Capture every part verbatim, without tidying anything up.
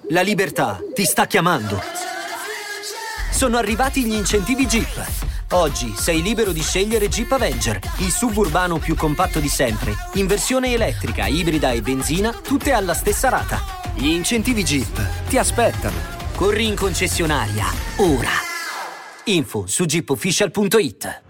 La libertà ti sta chiamando. Sono arrivati gli incentivi Jeep. Oggi sei libero di scegliere Jeep Avenger, il S U V urbano più compatto di sempre, in versione elettrica, ibrida e benzina, tutte alla stessa rata. Gli incentivi Jeep ti aspettano. Corri in concessionaria, ora. Info su jeep official punto it.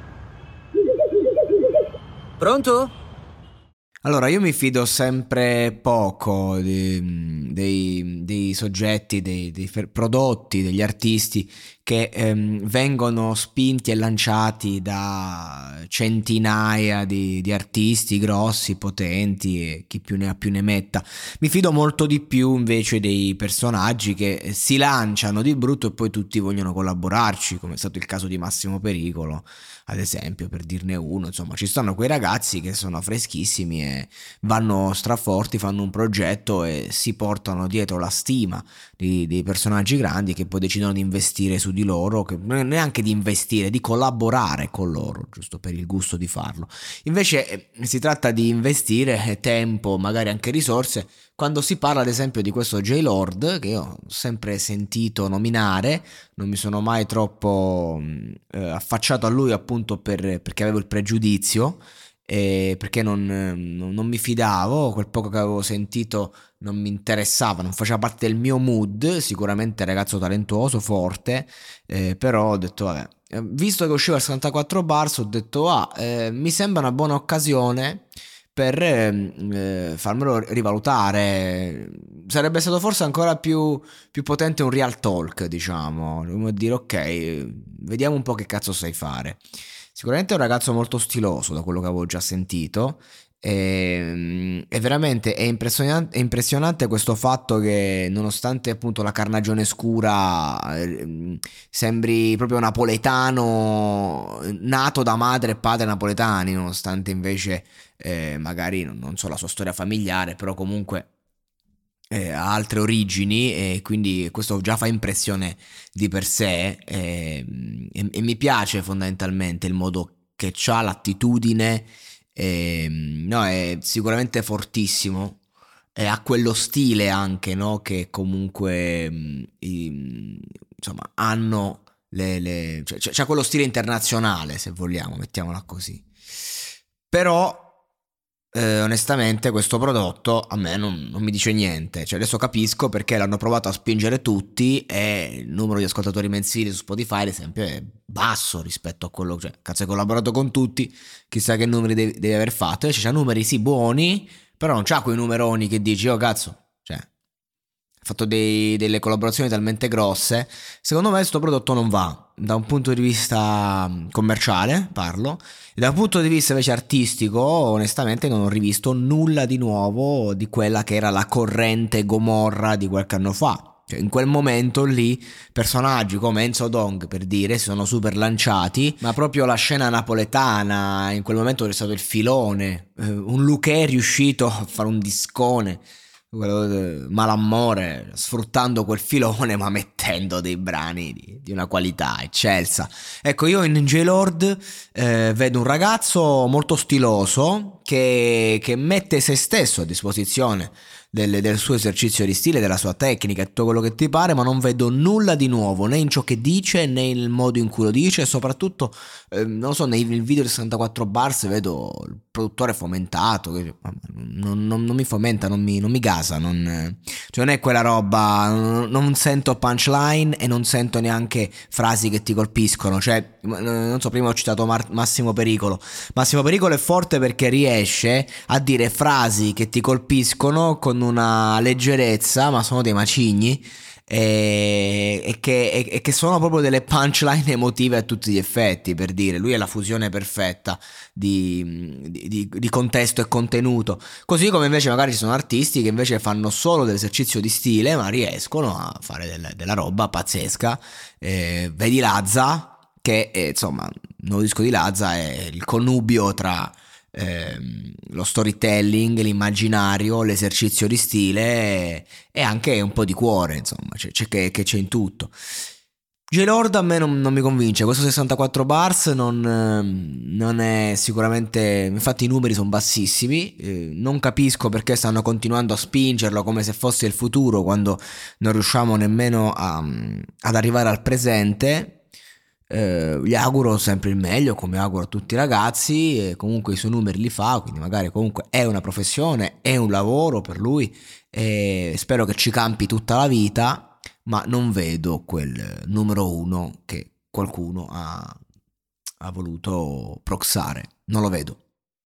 Pronto? Allora, io mi fido sempre poco di- dei, dei soggetti, dei, dei fer- prodotti, degli artisti che ehm, vengono spinti e lanciati da centinaia di, di artisti grossi, potenti e chi più ne ha più ne metta. Mi fido molto di più invece dei personaggi che si lanciano di brutto e poi tutti vogliono collaborarci, come è stato il caso di Massimo Pericolo, ad esempio, per dirne uno. Insomma, ci stanno quei ragazzi che sono freschissimi e vanno straforti, fanno un progetto e si portano dietro la stima di, dei personaggi grandi che poi decidono di investire su di loro, che non è neanche di investire, di collaborare con loro, giusto per il gusto di farlo. Invece eh, si tratta di investire tempo, magari anche risorse, quando si parla ad esempio di questo J-Lord, che io ho sempre sentito nominare. Non mi sono mai troppo mh, eh, affacciato a lui, appunto per- perché avevo il pregiudizio e perché non, non- non mi fidavo. Quel poco che avevo sentito non mi interessava, non faceva parte del mio mood. Sicuramente ragazzo talentuoso, forte, eh, però ho detto vabbè, eh, visto che usciva il sessantaquattro Bars, ho detto ah, eh, mi sembra una buona occasione per ehm, eh, farmelo rivalutare. Sarebbe stato forse ancora più, più potente un real talk, diciamo, come dire ok, vediamo un po' che cazzo sai fare. Sicuramente è un ragazzo molto stiloso, da quello che avevo già sentito. E, e veramente è impressionante, è impressionante questo fatto che, nonostante appunto la carnagione scura, eh, sembri proprio napoletano, nato da madre e padre napoletani, nonostante invece eh, magari non, non so la sua storia familiare, però comunque eh, ha altre origini, e quindi questo già fa impressione di per sé. E, e- e mi piace fondamentalmente il modo che c'ha, l'attitudine. E, no, è sicuramente fortissimo e ha quello stile anche, no, che comunque mh, i- insomma hanno le, le- cioè, c'è c'è quello stile internazionale, se vogliamo, mettiamola così. Però eh, onestamente questo prodotto a me non, non mi dice niente. Cioè, adesso capisco perché l'hanno provato a spingere tutti e il numero di ascoltatori mensili su Spotify ad esempio è basso rispetto a quello, cioè cazzo, hai collaborato con tutti, chissà che numeri devi, devi aver fatto. Invece c'ha numeri sì buoni, però non c'ha quei numeroni che dici oh cazzo, cioè ha fatto dei- delle collaborazioni talmente grosse. Secondo me questo prodotto non va da un punto di vista mm, commerciale, parlo, e da un punto di vista invece artistico. Onestamente non ho rivisto nulla di nuovo di quella che era la corrente Gomorra di qualche anno fa. Cioè, in quel momento lì personaggi come Enzo Dong, per dire, si sono super lanciati, ma proprio la scena napoletana in quel momento è stato il filone. Eh, un Luché è riuscito a fare un discone, quello de- Malamore, sfruttando quel filone ma mettendo dei brani di, di una qualità eccelsa. Ecco, io in J-Lord eh, vedo un ragazzo molto stiloso che, che mette se stesso a disposizione del, del suo esercizio di stile, della sua tecnica e tutto quello che ti pare, ma non vedo nulla di nuovo né in ciò che dice né nel modo in cui lo dice, e soprattutto eh, non lo so, nei nel video di sessantaquattro Bars vedo il produttore fomentato che non, non- non mi fomenta, non mi, non mi gasa, non, eh, cioè non è quella roba. Non, non sento punchline e non sento neanche frasi che ti colpiscono. Cioè, eh, non so, prima ho citato Mar- Massimo Pericolo. Massimo Pericolo è forte perché riesce a dire frasi che ti colpiscono con una leggerezza, ma sono dei macigni. E, e che, e- e che sono proprio delle punchline emotive a tutti gli effetti, per dire, lui è la fusione perfetta di, di- di- di contesto e contenuto. Così come invece magari ci sono artisti che invece fanno solo dell'esercizio di stile, ma riescono a fare del- della roba pazzesca. Eh, vedi Lazza, che è, insomma, il nuovo disco di Lazza è il connubio tra ehm, lo storytelling, l'immaginario, l'esercizio di stile e, e anche un po' di cuore, insomma, c'è, c'è che, che c'è in tutto. J-Lord a me non, non mi convince, questo sessantaquattro bars non, ehm, non è sicuramente, infatti i numeri sono bassissimi, eh, non capisco perché stanno continuando a spingerlo come se fosse il futuro quando non riusciamo nemmeno a- ad arrivare al presente. Eh, gli auguro sempre il meglio, come auguro a tutti i ragazzi, e comunque i suoi numeri li fa, quindi magari comunque è una professione, è un lavoro per lui, e spero che ci campi tutta la vita, ma non vedo quel numero uno che qualcuno ha, ha voluto proxare, non lo vedo.